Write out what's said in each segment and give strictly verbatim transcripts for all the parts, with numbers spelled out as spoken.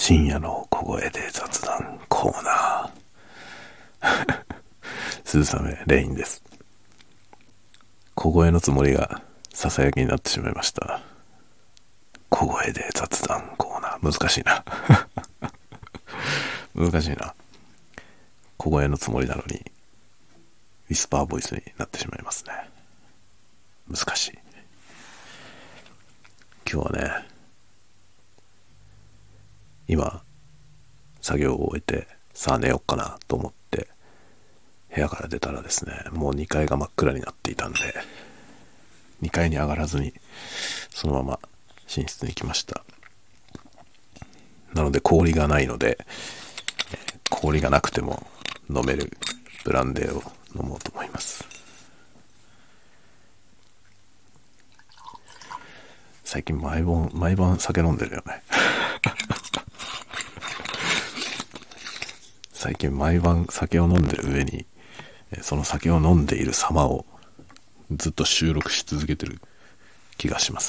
深夜の小声で雑談コーナー鈴雨レインです。小声のつもりがささやきになってしまいました。小声で雑談コーナー、難しいな難しいな。小声のつもりなのにウィスパーボイスになってしまいますね。難しい。今日はね、今作業を終えてさあ寝よっかなと思って部屋から出たらですね、もうにかいが真っ暗になっていたんで、にかいに上がらずにそのまま寝室に来ました。なので氷がないので、氷がなくても飲めるブランデーを飲もうと思います。最近毎晩毎晩酒飲んでるよね最近毎晩酒を飲んでる上に、その酒を飲んでいる様をずっと収録し続けてる気がします。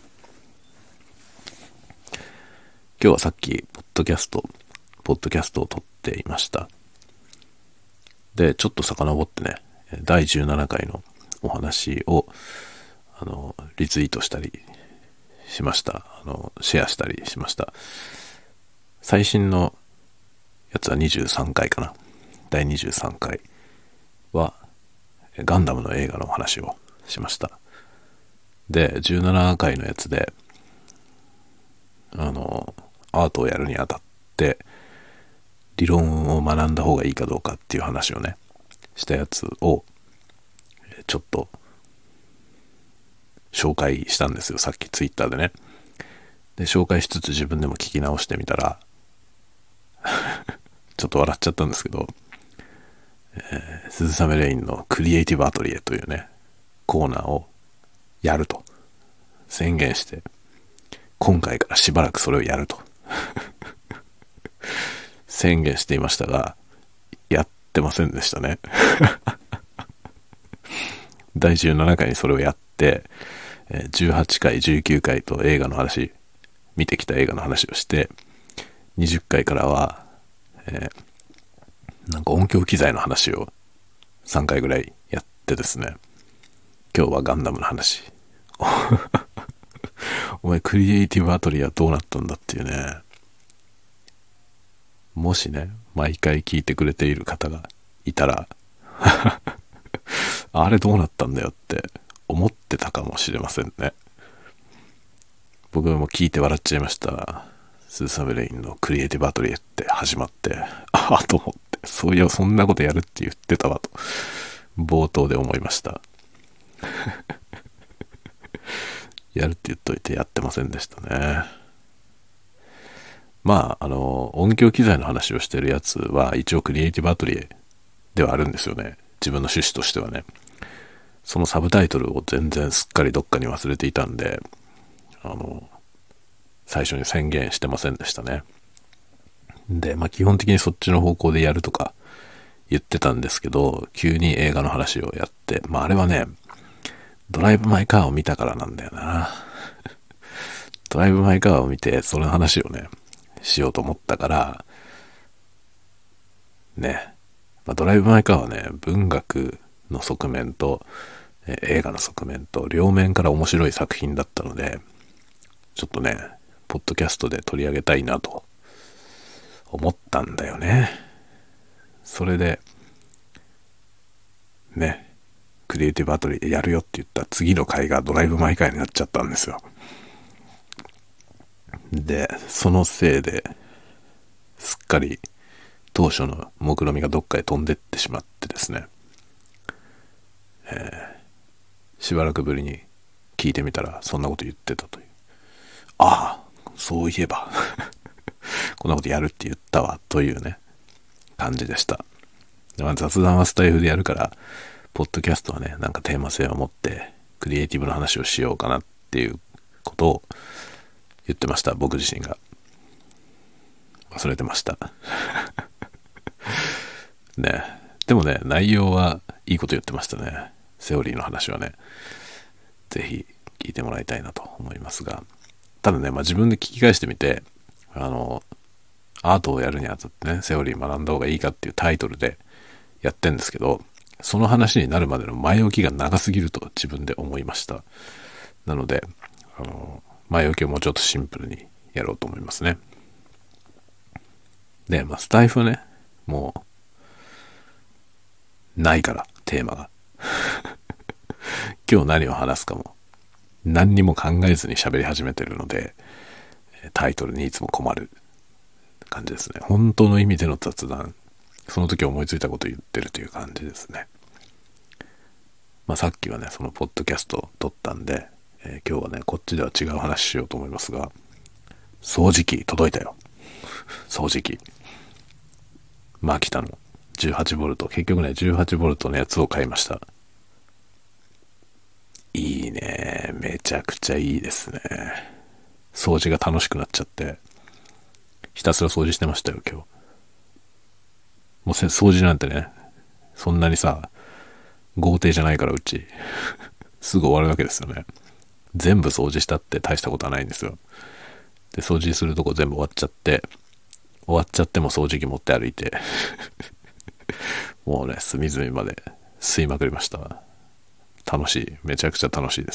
今日はさっきポッドキャストポッドキャストを撮っていました。でちょっと遡ってね、だいじゅうななかいのお話をあのリツイートしたりしました。あのシェアしたりしました。最新のやつはにじゅうさんかいかな。だいにじゅうさんかいはガンダムの映画の話をしました。でじゅうななかいのやつであのアートをやるにあたって理論を学んだ方がいいかどうかっていう話をねしたやつをちょっと紹介したんですよ、さっきツイッターでね。で紹介しつつ自分でも聞き直してみたらちょっと笑っちゃったんですけど、えー、鈴雨レインのクリエイティブアトリエというねコーナーをやると宣言して、今回からしばらくそれをやると宣言していましたが、やってませんでしたねだいじゅうななかいにそれをやって、じゅうはちかいじゅうきゅうかいと映画の話、見てきた映画の話をして、にじゅっかいからは、えー、なんか音響機材の話をさんかいぐらいやってですね、今日はガンダムの話お前クリエイティブアトリエはどうなったんだっていうね。もしね毎回聞いてくれている方がいたらあれどうなったんだよって思ってたかもしれませんね。僕も聞いて笑っちゃいました。鈴雨レインのクリエイティブアトリエって始まって、ああと思って、そういやそんなことやるって言ってたわと冒頭で思いましたやるって言っといてやってませんでしたね。まああの音響機材の話をしてるやつは一応クリエイティブアトリエではあるんですよね、自分の趣旨としてはね。そのサブタイトルを全然すっかりどっかに忘れていたんで、あの最初に宣言してませんでしたね。でまあ基本的にそっちの方向でやるとか言ってたんですけど、急に映画の話をやって、まああれはねドライブ・マイ・カーを見たからなんだよなドライブ・マイ・カーを見てその話をねしようと思ったからね、まあ、ドライブ・マイ・カーはね文学の側面とえ映画の側面と両面から面白い作品だったので、ちょっとねポッドキャストで取り上げたいなと思ったんだよね。それでねクリエイティブアトリエやるよって言った次の回がドライブ・マイ・カーになっちゃったんですよ。でそのせいですっかり当初の目論見みがどっかへ飛んでってしまってですね、えー、しばらくぶりに聞いてみたらそんなこと言ってたという。ああそういえばこんなことやるって言ったわというね感じでした。まあ、雑談はスタイフでやるからポッドキャストはねなんかテーマ性を持ってクリエイティブな話をしようかなっていうことを言ってました。僕自身が忘れてましたね。でもね内容はいいこと言ってましたね。セオリーの話はねぜひ聞いてもらいたいなと思いますが、ただね、まあ、自分で聞き返してみてあのアートをやるにあたってね、セオリー学んだ方がいいかっていうタイトルでやってんですけど、その話になるまでの前置きが長すぎると自分で思いました。なので、あの、前置きをもうちょっとシンプルにやろうと思いますね。で、まあ、スタイフね、もう、ないから、テーマが。今日何を話すかも、何にも考えずに喋り始めてるので、タイトルにいつも困る感じですね。本当の意味での雑談、その時思いついたこと言ってるという感じですね。まあ、さっきはね、そのポッドキャストを撮ったんで、えー、今日はね、こっちでは違う話しようと思いますが、掃除機届いたよ。掃除機。マキタの じゅうはちボルト、結局ね、じゅうはちボルトのやつを買いました。いいね。めちゃくちゃいいですね。掃除が楽しくなっちゃって、ひたすら掃除してましたよ、今日。もう掃除なんてね、そんなにさ、豪邸じゃないからうち、すぐ終わるわけですよね。全部掃除したって大したことはないんですよ。で、掃除するとこ全部終わっちゃって、終わっちゃっても掃除機持って歩いて、もうね、隅々まで吸いまくりました。楽しい。めちゃくちゃ楽しいです。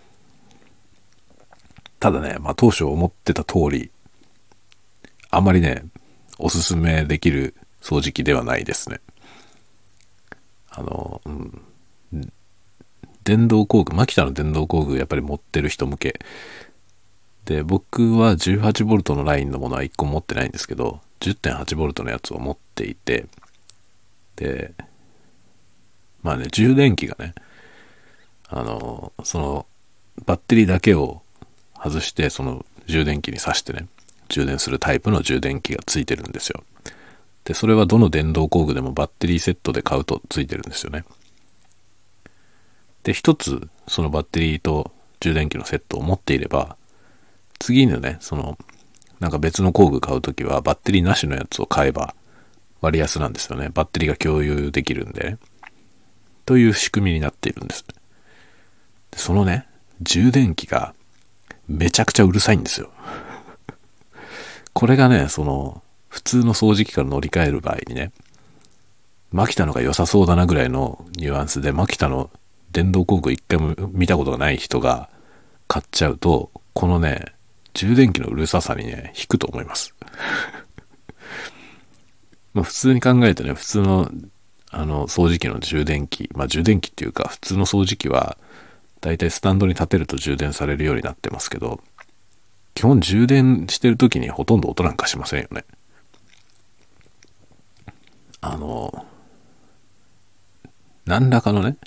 ただね、まあ当初思ってた通り、あまりね、おすすめできる掃除機ではないですね。あの、うん、電動工具、マキタの電動工具やっぱり持ってる人向け。で、僕は じゅうはちボルト のラインのものはいっこも持ってないんですけど、じゅってんはちボルト のやつを持っていて、で、まあね、充電器がね、あの、その、バッテリーだけを外して、その充電器に挿してね、充電するタイプの充電器がついてるんですよ。で、それはどの電動工具でもバッテリーセットで買うとついてるんですよね。で、一つ、そのバッテリーと充電器のセットを持っていれば、次のね、その、なんか別の工具買うときは、バッテリーなしのやつを買えば、割安なんですよね。バッテリーが共有できるんでね。という仕組みになっているんです。でそのね、充電器が、めちゃくちゃうるさいんですよ。これがね、その、普通の掃除機から乗り換える場合にね、マキタのが良さそうだなぐらいのニュアンスで、マキタの電動工具一回も見たことがない人が買っちゃうと、このね、充電器のうるささにね、引くと思います。まあ普通に考えてね、普通のあの掃除機の充電器、まあ充電器っていうか普通の掃除機はだいたいスタンドに立てると充電されるようになってますけど、基本充電してる時にほとんど音なんかしませんよね。あの、何らかのね、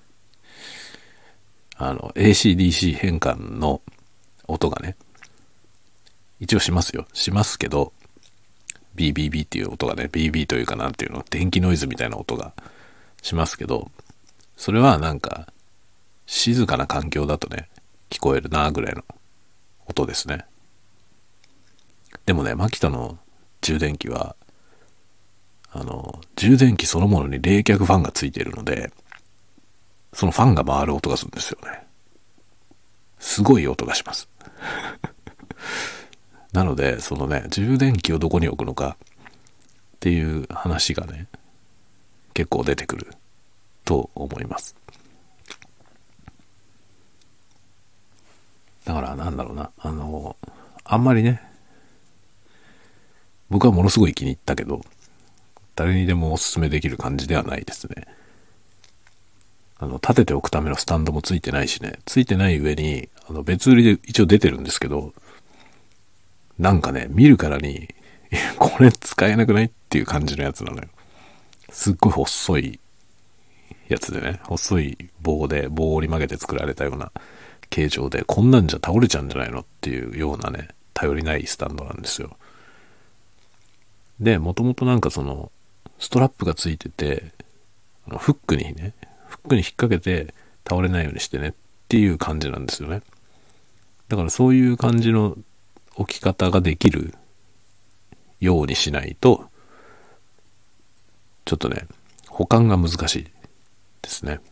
あの エーシーディーシー 変換の音がね、一応しますよ。しますけど、ビービービーっていう音がね、ビービーというかなんていうの、電気ノイズみたいな音がしますけど、それはなんか、静かな環境だとね、聞こえるなぐらいの音ですね。でもね、マキタの充電器は、あの、充電器そのものに冷却ファンがついているので、そのファンが回る音がするんですよね。すごい音がします。なので、そのね、充電器をどこに置くのかっていう話がね、結構出てくると思います。だからなんだろうな、あの、あんまりね、僕はものすごい気に入ったけど、誰にでもおすすめできる感じではないですね。あの、立てておくためのスタンドもついてないしね、ついてない上に、あの別売りで一応出てるんですけど、なんかね、見るからに、これ使えなくないっていう感じのやつなのよ。すっごい細いやつでね、細い棒で、棒を折り曲げて作られたような形状で、こんなんじゃ倒れちゃうんじゃないのっていうようなね、頼りないスタンドなんですよ。で、もともとなんかその、ストラップがついてて、フックにね、フックに引っ掛けて倒れないようにしてねっていう感じなんですよね。だからそういう感じの置き方ができるようにしないと、ちょっとね、保管が難しいですね。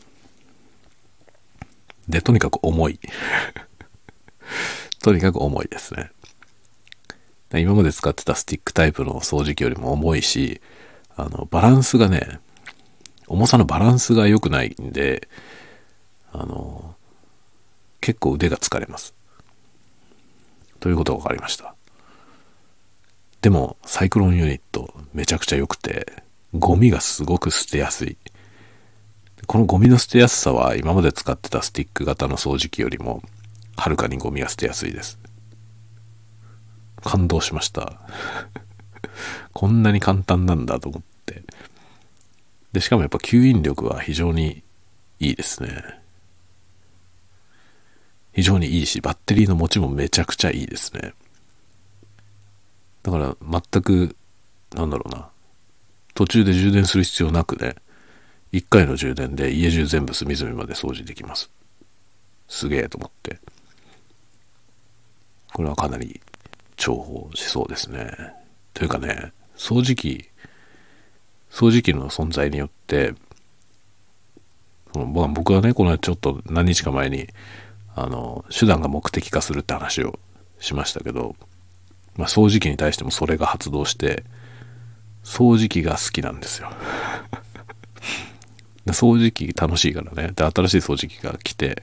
で、とにかく重い。とにかく重いですね。 今まで使ってたスティックタイプの掃除機よりも重いし、あの、バランスがね、重さのバランスが良くないんで、あの、結構腕が疲れます。ということが分かりました。でも、サイクロンユニットめちゃくちゃ良くて、ゴミがすごく捨てやすい。このゴミの捨てやすさは今まで使ってたスティック型の掃除機よりもはるかにゴミが捨てやすいです。感動しました。こんなに簡単なんだと思って。で、しかもやっぱ吸引力は非常にいいですね。非常にいいし、バッテリーの持ちもめちゃくちゃいいですね。だから全く、なんだろうな、途中で充電する必要なくね、いっかいの充電で家中全部隅々まで掃除できます。すげえと思って。これはかなり重宝しそうですね。というかね、掃除機、掃除機の存在によって、僕はね、このちょっと何日か前に、あの、手段が目的化するって話をしましたけど、まあ、掃除機に対してもそれが発動して、掃除機が好きなんですよ。掃除機楽しいからね。で、新しい掃除機が来て、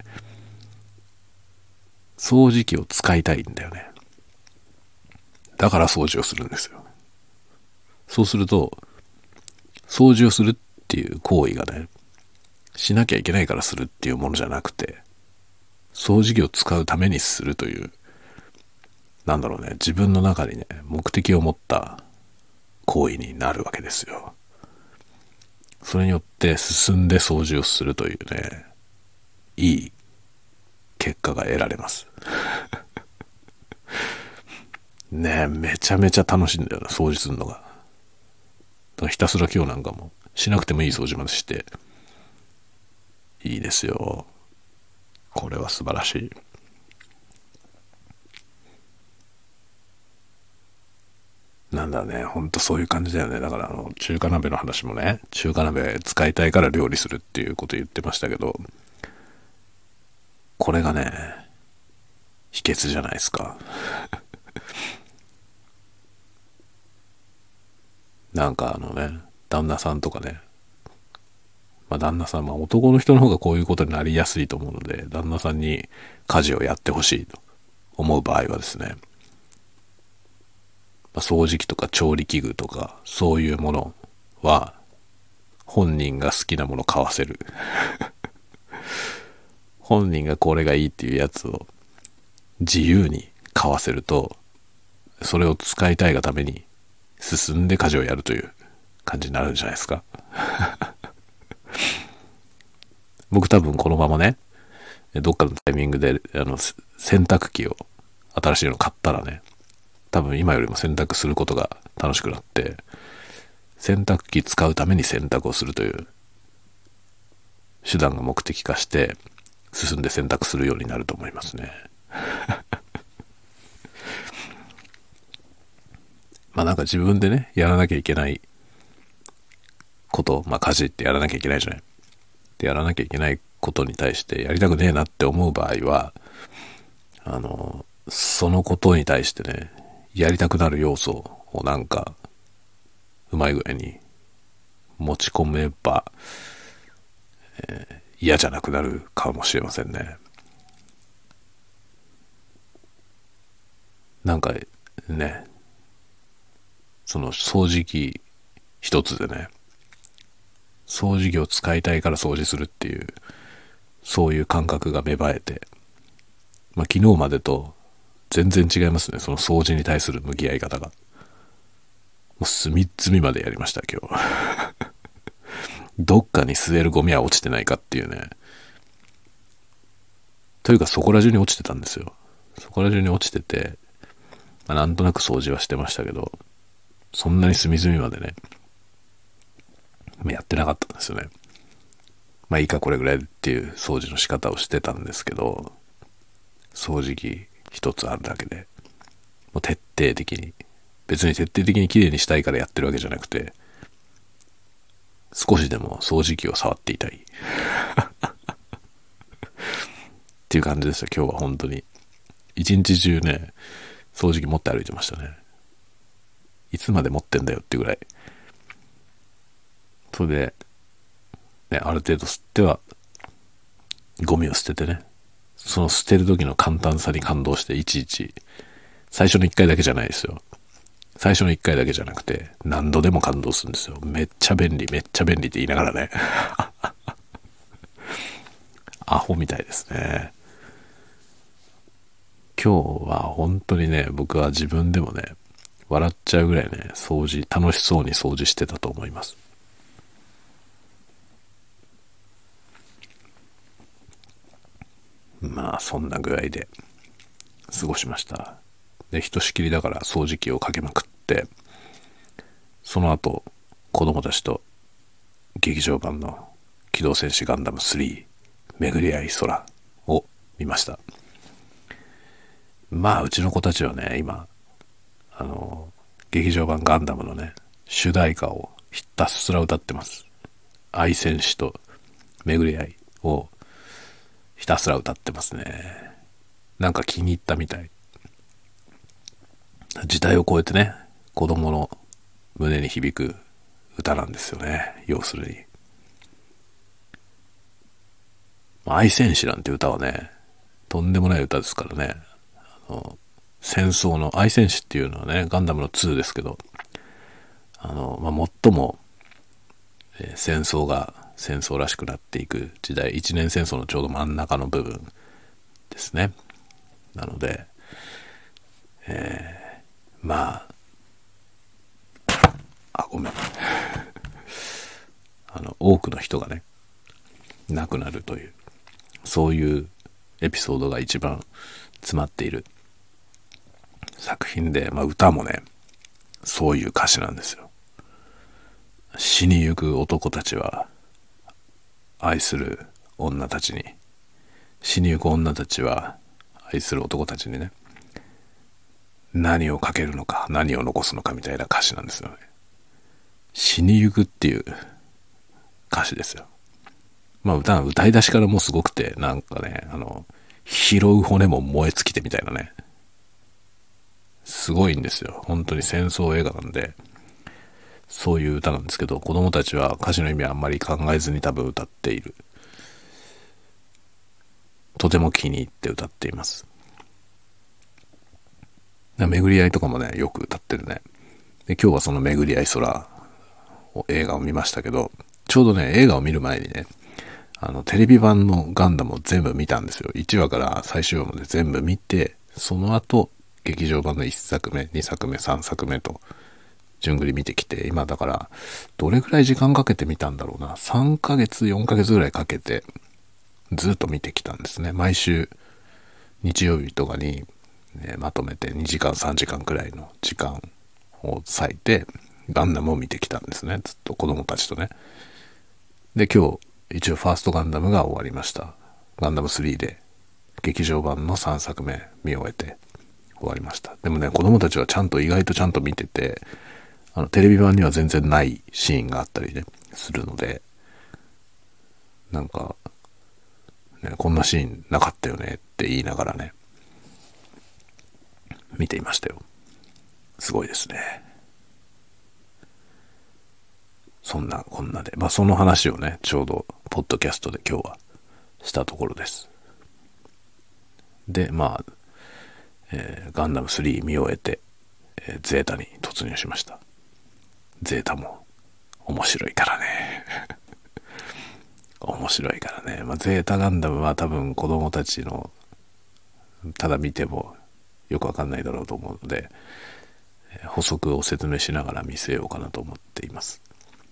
掃除機を使いたいんだよね。だから掃除をするんですよ。そうすると、掃除をするっていう行為がね、しなきゃいけないからするっていうものじゃなくて、掃除機を使うためにするという、なんだろうね、自分の中にね、目的を持った行為になるわけですよ。それによって進んで掃除をするというね、いい結果が得られます。ねえ、めちゃめちゃ楽しいんだよな、掃除するのが。だからひたすら今日なんかもしなくてもいい掃除までして、いいですよ。これは素晴らしい。なんだね、ほんとそういう感じだよね。だからあの中華鍋の話もね、中華鍋使いたいから料理するっていうこと言ってましたけど、これがね、秘訣じゃないですか。なんかあのね、旦那さんとかね、まあ旦那さん、まあ男の人の方がこういうことになりやすいと思うので、旦那さんに家事をやってほしいと思う場合はですね、まあ、掃除機とか調理器具とかそういうものは本人が好きなもの買わせる。本人がこれがいいっていうやつを自由に買わせると、それを使いたいがために進んで家事をやるという感じになるんじゃないですか。僕多分このままね、どっかのタイミングであの洗濯機を新しいの買ったらね、多分今よりも洗濯することが楽しくなって、洗濯機使うために洗濯をするという手段が目的化して進んで洗濯するようになると思いますね。まあなんか自分でね、やらなきゃいけないこと、まあ家事ってやらなきゃいけないじゃない。で、やらなきゃいけないことに対してやりたくねえなって思う場合は、あの、そのことに対してね、やりたくなる要素をなんか、うまい具合に持ち込めば、えー、嫌じゃなくなるかもしれませんね。なんかね、その掃除機一つでね、掃除機を使いたいから掃除するっていう、そういう感覚が芽生えて、まあ昨日までと全然違いますね、その掃除に対する向き合い方が。もう隅々までやりました、今日。どっかに吸えるゴミは落ちてないかっていうね。というかそこら中に落ちてたんですよ。そこら中に落ちてて、まあ、なんとなく掃除はしてましたけど、そんなに隅々までね、やってなかったんですよね。まあいいかこれぐらいっていう掃除の仕方をしてたんですけど、掃除機一つあるだけで、もう徹底的に、別に徹底的に綺麗にしたいからやってるわけじゃなくて、少しでも掃除機を触っていたい。っていう感じでした、今日は本当に。一日中ね、掃除機持って歩いてましたね。 いつまで持ってんだよっていうぐらい。それで、ね、ある程度吸っては、ゴミを捨ててね、その捨てる時の簡単さに感動して、いちいち、最初のいっかいだけじゃないですよ。最初のいっかいだけじゃなくて、何度でも感動するんですよ。めっちゃ便利、めっちゃ便利って言いながらね。アホみたいですね。今日は本当にね、僕は自分でもね、笑っちゃうぐらいね、掃除、楽しそうに掃除してたと思います。まあ、そんな具合で過ごしました。で、ひとしきりだから掃除機をかけまくって、その後、子供たちと劇場版の機動戦士ガンダムスリー、巡り合い空を見ました。まあ、うちの子たちはね、今、あの、劇場版ガンダムのね、主題歌をひたすら歌ってます。愛戦士と巡り合いをひたすら歌ってますね。なんか気に入ったみたい。時代を超えてね、子供の胸に響く歌なんですよね。要するに。愛戦士なんて歌はね、とんでもない歌ですからね。あの戦争の愛戦士っていうのはね、ガンダムのツーですけど、あの、まあ、最も、えー戦争が戦争らしくなっていく時代、一年戦争のちょうど真ん中の部分ですね。なので、えー、まあ、あ、ごめん。あの、多くの人がね、亡くなるという、そういうエピソードが一番詰まっている作品で、まあ歌もね、そういう歌詞なんですよ。死にゆく男たちは愛する女たちに、死にゆく女たちは愛する男たちにね、何をかけるのか、何を残すのかみたいな歌詞なんですよね。死にゆくっていう歌詞ですよ。まあ歌、歌い出しからもうすごくて、なんかね、あの、拾う骨も燃え尽きてみたいなね。すごいんですよ。本当に戦争映画なんで、そういう歌なんですけど、子供たちは歌詞の意味はあんまり考えずに多分歌っている。とても気に入って歌っています。巡り合いとかもね、よく歌ってるね。で、今日はその巡り合い空を映画を見ましたけど、ちょうどね、映画を見る前にね、あの、テレビ版のガンダムを全部見たんですよ。いちわから最終話まで全部見て、その後、劇場版のいっさくめ、にさくめ、さんさくめと、順繰り見てきて、今だから、どれくらい時間かけて見たんだろうな。さんかげつ、よんかげつぐらいかけて、ずっと見てきたんですね。毎週、日曜日とかに、ね、まとめてにじかん、さんじかんくらいの時間を割いて、ガンダムを見てきたんですね。ずっと子供たちとね。で、今日、一応ファーストガンダムが終わりました。ガンダムスリーで、劇場版のさんさくめ見終えて終わりました。でもね、子供たちはちゃんと意外とちゃんと見てて、あのテレビ版には全然ないシーンがあったりねするので、なんか、ね、こんなシーンなかったよねって言いながらね見ていましたよ。すごいですね。そんなこんなで、まあその話をねちょうどポッドキャストで今日はしたところです。で、まあ、えー、ガンダムスリー見終えて、えー、ゼータに突入しました。ゼータも面白いからね面白いからね、まあ、ゼータガンダムは多分子供たちのただ見てもよくわかんないだろうと思うので、補足を説明しながら見せようかなと思っています。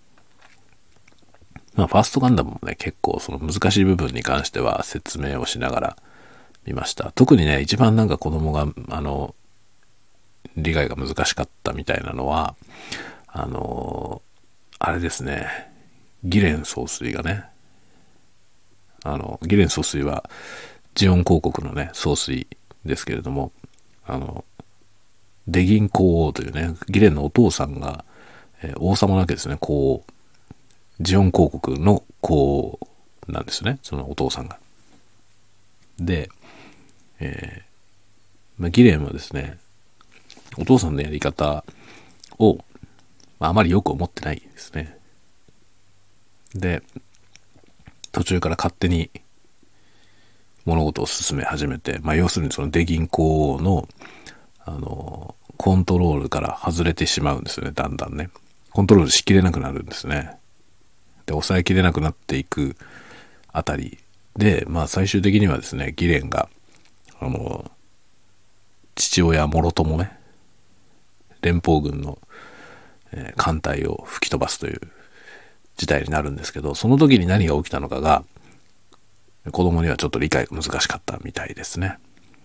まあファーストガンダムもね結構その難しい部分に関しては説明をしながら見ました。特にね一番なんか子供があの理解が難しかったみたいなのはあのあれですね、ギレン総帥がね、あのギレン総帥はジオン公国のね総帥ですけれども、あのデギン皇王というねギレンのお父さんが、えー、王様なわけですね。皇王、ジオン公国の皇王なんですね、そのお父さんが。で、えーまあ、ギレンはですねお父さんのやり方を、まあ、あまりよく思ってないですね。で、途中から勝手に物事を進め始めて、まあ、要するにその出銀行の、あの、コントロールから外れてしまうんですよね、だんだんね。コントロールしきれなくなるんですね。で、抑えきれなくなっていくあたりで、まあ最終的にはですね、ギレンが、あの、父親もろともね、連邦軍の、えー艦隊を吹き飛ばすという事態になるんですけど、その時に何が起きたのかが、子供にはちょっと理解が難しかったみたいですね。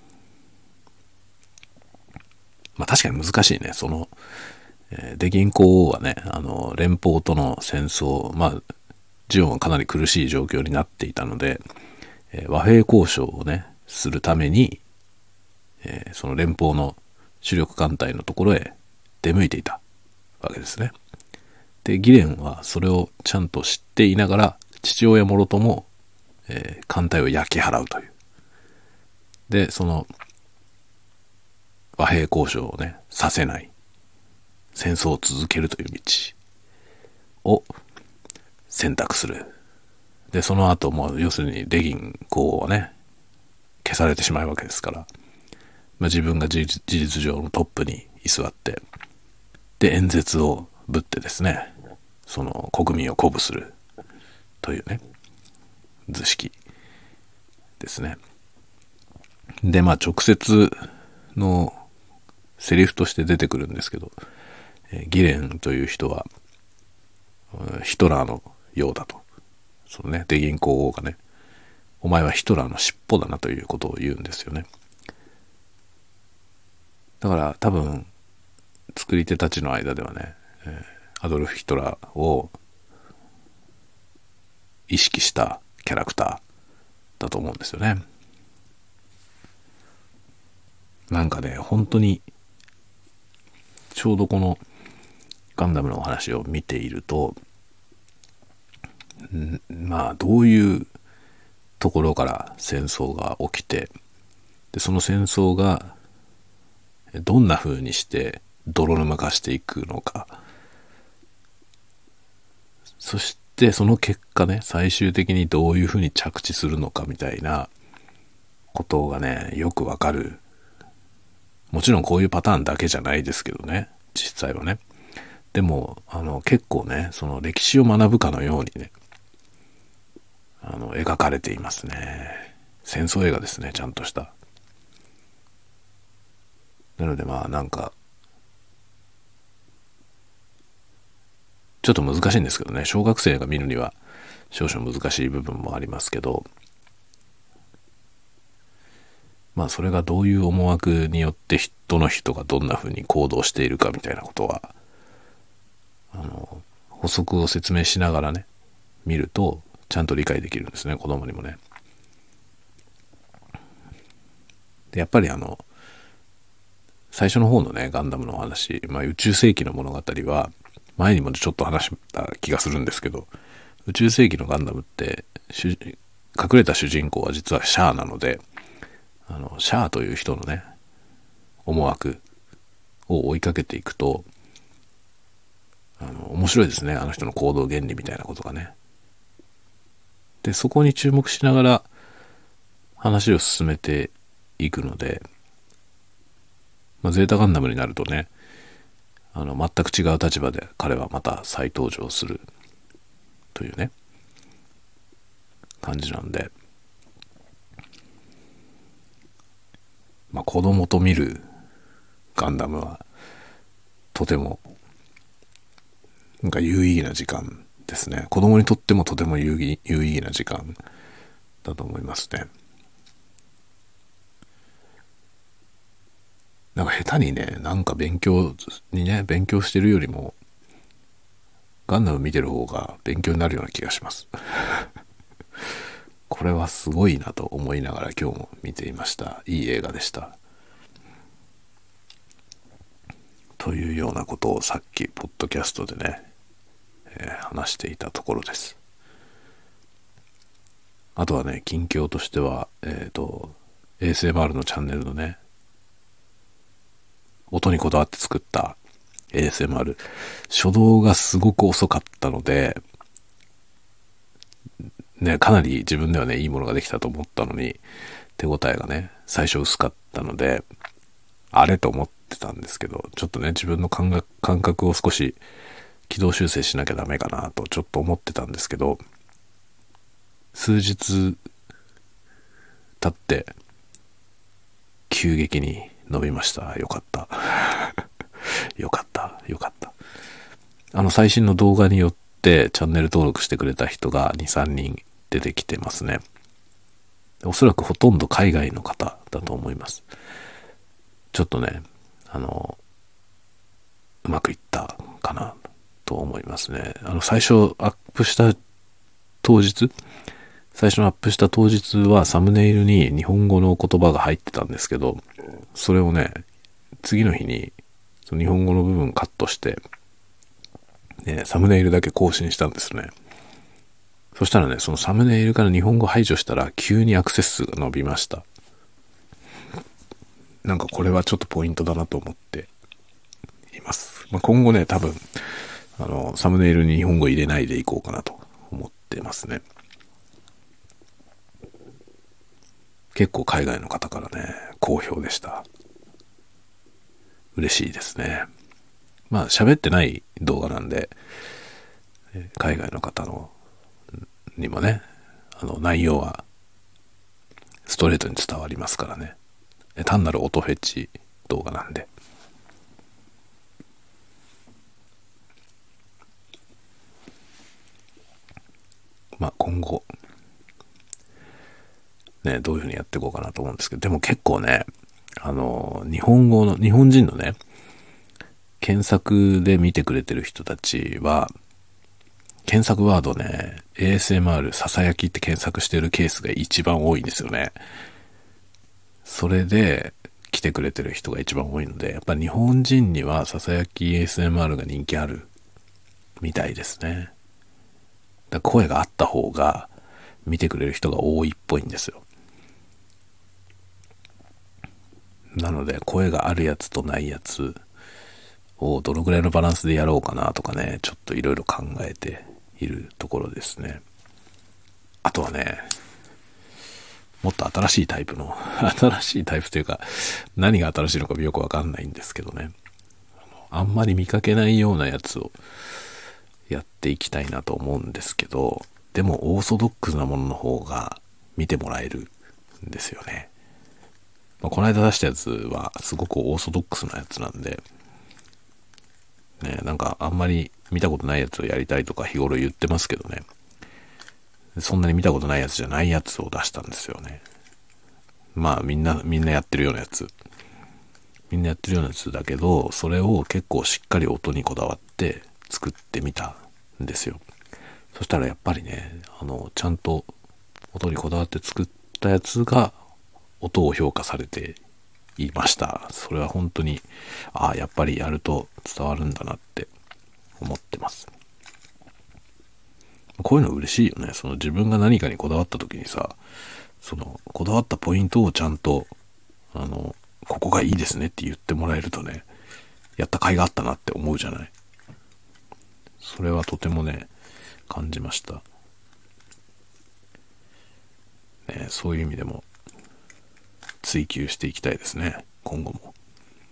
まあ確かに難しいね。その、えー、出銀行はね、あの、連邦との戦争、まあ、ジオンはかなり苦しい状況になっていたので、えー、和平交渉をね、するために、えー、その連邦の主力艦隊のところへ出向いていたわけですね。で、ギレンはそれをちゃんと知っていながら、父親もろとも、えー、艦隊を焼き払うという。で、その和平交渉をね、させない。戦争を続けるという道を選択する。で、その後も、要するに出銀行はね、消されてしまうわけですから、まあ、自分が事実、事実上のトップに居座って、で、演説をぶってですね、その国民を鼓舞するというね、図式ですね。で、まあ直接のセリフとして出てくるんですけど、えーギレンという人は、ヒトラーのようだと。そのね、出銀行王がね、お前はヒトラーの尻尾だなということを言うんですよね。だから多分、作り手たちの間ではね、えー、アドルフ・ヒトラーを意識したキャラクターだと思うんですよね。なんかね、本当に、ちょうどこのガンダムのお話を見ていると、んまあ、どういうところから戦争が起きて、で、その戦争がどんな風にして泥沼化していくのか、そしてその結果ね、最終的にどういう風に着地するのかみたいなことがね、よくわかる。もちろんこういうパターンだけじゃないですけどね、実際はね。でも、あの、結構ね、その歴史を学ぶかのようにね、あの、描かれていますね。戦争映画ですね、ちゃんとした。なのでまあなんか、ちょっと難しいんですけどね、小学生が見るには少々難しい部分もありますけど、まあそれがどういう思惑によって人の人がどんな風に行動しているかみたいなことは、あの、補足を説明しながらね、見るとちゃんと理解できるんですね、子供にもね。で、やっぱりあの、最初の方のね、ガンダムのお話、まあ宇宙世紀の物語は、前にもちょっと話した気がするんですけど、宇宙世紀のガンダムって、隠れた主人公は実はシャアなので、あの、シャアという人のね、思惑を追いかけていくと、あの、面白いですね。あの人の行動原理みたいなことがね。で、そこに注目しながら話を進めていくので、まあ、ゼータガンダムになるとね、あの、全く違う立場で彼はまた再登場するというね、感じなんで、まあ、子供と見るガンダムはとてもなんか有意義な時間ですね。子供にとってもとても有意有意義な時間だと思いますね。なんか下手にね、なんか勉強にね、勉強してるよりもガンダム見てる方が勉強になるような気がします。これはすごいなと思いながら今日も見ていました。いい映画でした。というようなことをさっきポッドキャストでね、えー、話していたところです。あとはね、近況としては、えっと、エーエスエムアール のチャンネルのね、音にこだわって作ったエーエスエムアール。初動がすごく遅かったので、ね、かなり自分ではね、いいものができたと思ったのに、手応えがね、最初薄かったので、あれと思ってたんですけど、ちょっとね、自分の感覚、感覚を少し軌道修正しなきゃダメかなとちょっと思ってたんですけど、数日経って急激に伸びました。よかった。よかった。よかった。あの最新の動画によってチャンネル登録してくれた人がに、さんにん出てきてますね。おそらくほとんど海外の方だと思います。ちょっとね、あの、うまくいったかなと思いますね。あの最初アップした当日、最初のアップした当日はサムネイルに日本語の言葉が入ってたんですけど、それをね、次の日にその日本語の部分カットして、ね、サムネイルだけ更新したんですね。そしたらね、そのサムネイルから日本語排除したら急にアクセス数が伸びました。なんかこれはちょっとポイントだなと思っています。まあ、今後ね、多分あのサムネイルに日本語入れないでいこうかなと思ってますね。結構海外の方からね、好評でした。嬉しいですね。まあ喋ってない動画なんで、海外の方のにもね、あの内容はストレートに伝わりますからね。単なる音フェチ動画なんで。まあ今後ね、どういうふうにやっていこうかなと思うんですけど、でも結構ね、あの日本語の日本人のね、検索で見てくれてる人たちは、検索ワードね、エーエスエムアール ささやきって検索してるケースが一番多いんですよね。それで来てくれてる人が一番多いので、やっぱ日本人にはささやき エーエスエムアール が人気あるみたいですね。だから声があった方が見てくれる人が多いっぽいんですよ。なので声があるやつとないやつをどのぐらいのバランスでやろうかなとかね、ちょっといろいろ考えているところですね。あとはね、もっと新しいタイプの新しいタイプというか、何が新しいのかよくわかんないんですけどね、あんまり見かけないようなやつをやっていきたいなと思うんですけど、でもオーソドックスなものの方が見てもらえるんですよね。まあ、この間出したやつはすごくオーソドックスなやつなんで、ね、なんかあんまり見たことないやつをやりたいとか日頃言ってますけどね、そんなに見たことないやつじゃないやつを出したんですよね。まあみんなみんなやってるようなやつみんなやってるようなやつだけど、それを結構しっかり音にこだわって作ってみたんですよ。そしたらやっぱりね、あのちゃんと音にこだわって作ったやつが音を評価されていました。それは本当に、ああやっぱりやると伝わるんだなって思ってます。こういうの嬉しいよね。その自分が何かにこだわった時にさ、そのこだわったポイントをちゃんとあのここがいいですねって言ってもらえるとね、やった甲斐があったなって思うじゃない。それはとてもね感じました。ね、そういう意味でも追求していきたいですね、今後も。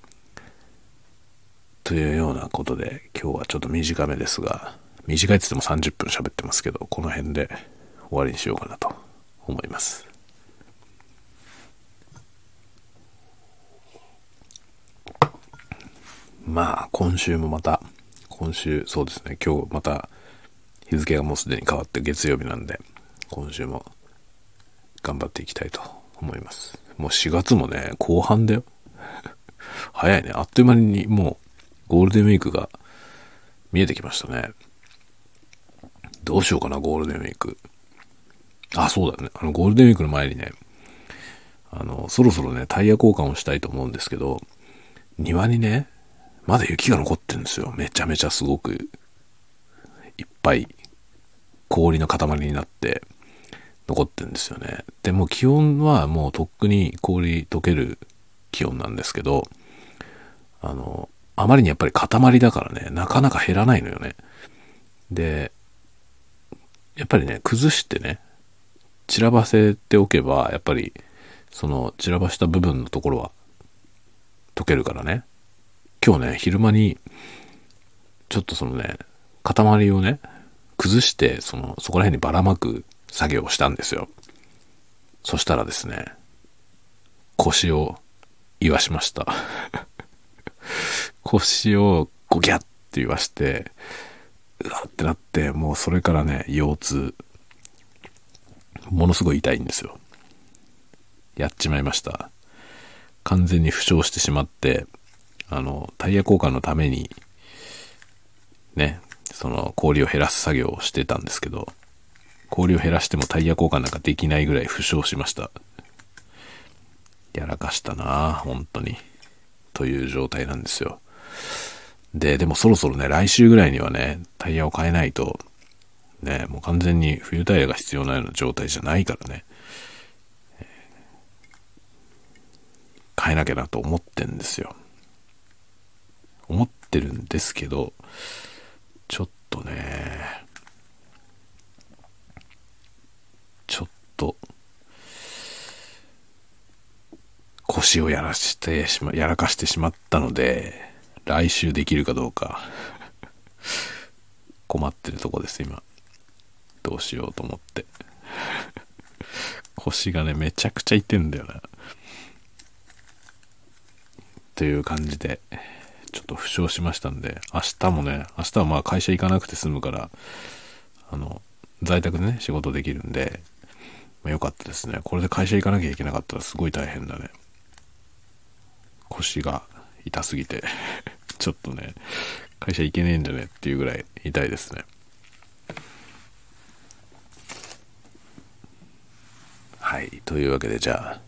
というようなことで、今日はちょっと短めですが、短いっつってもさんじゅっぷん喋ってますけど、この辺で終わりにしようかなと思います。まあ今週もまた今週そうですね、今日また日付がもうすでに変わって月曜日なんで、今週も頑張っていきたいと思います。もうしがつもね後半だよ。早いね。あっという間にもうゴールデンウィークが見えてきましたね。どうしようかな、ゴールデンウィーク。あ、そうだね。あのゴールデンウィークの前にね、あのそろそろねタイヤ交換をしたいと思うんですけど、庭にねまだ雪が残ってるんですよ。めちゃめちゃすごくいっぱい氷の塊になって残ってるんですよね。でも気温はもうとっくに氷溶ける気温なんですけど、あのあまりにやっぱり塊だからね、なかなか減らないのよね。で、やっぱりね、崩してね、散らばせておけば、やっぱり、その散らばした部分のところは溶けるからね。今日ね、昼間に、ちょっとそのね、塊をね、崩して、その、そこら辺にばらまく作業をしたんですよ。そしたらですね、腰を言わしました。腰をゴキャッって言わして、うわってなって、もうそれからね、腰痛。ものすごい痛いんですよ。やっちまいました。完全に負傷してしまって、あの、タイヤ交換のために、ね、その氷を減らす作業をしてたんですけど、氷を減らしてもタイヤ交換なんかできないぐらい負傷しました。やらかしたなぁ、本当に。という状態なんですよ。で、でもそろそろね、来週ぐらいにはね、タイヤを変えないと、ね、もう完全に冬タイヤが必要なような状態じゃないからね、変えなきゃなと思ってんですよ。思ってるんですけど、ちょっとね、ちょっと、腰をやらしてしま、やらかしてしまったので、来週できるかどうか、困ってるとこです、今。どうしようと思って。腰がね、めちゃくちゃ痛いんだよな。という感じで、ちょっと負傷しましたんで、明日もね、明日はまあ会社行かなくて済むから、あの、在宅でね、仕事できるんで、まあ、よかったですね。これで会社行かなきゃいけなかったらすごい大変だね。腰が痛すぎて、ちょっとね、会社行けねえんじゃねっていうぐらい痛いですね。はい。というわけで、じゃあ、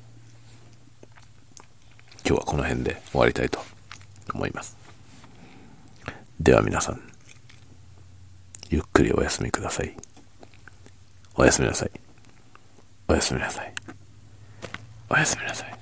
今日はこの辺で終わりたいと思います。では皆さん、ゆっくりお休みください。おやすみなさい。おやすみなさい。おやすみなさい。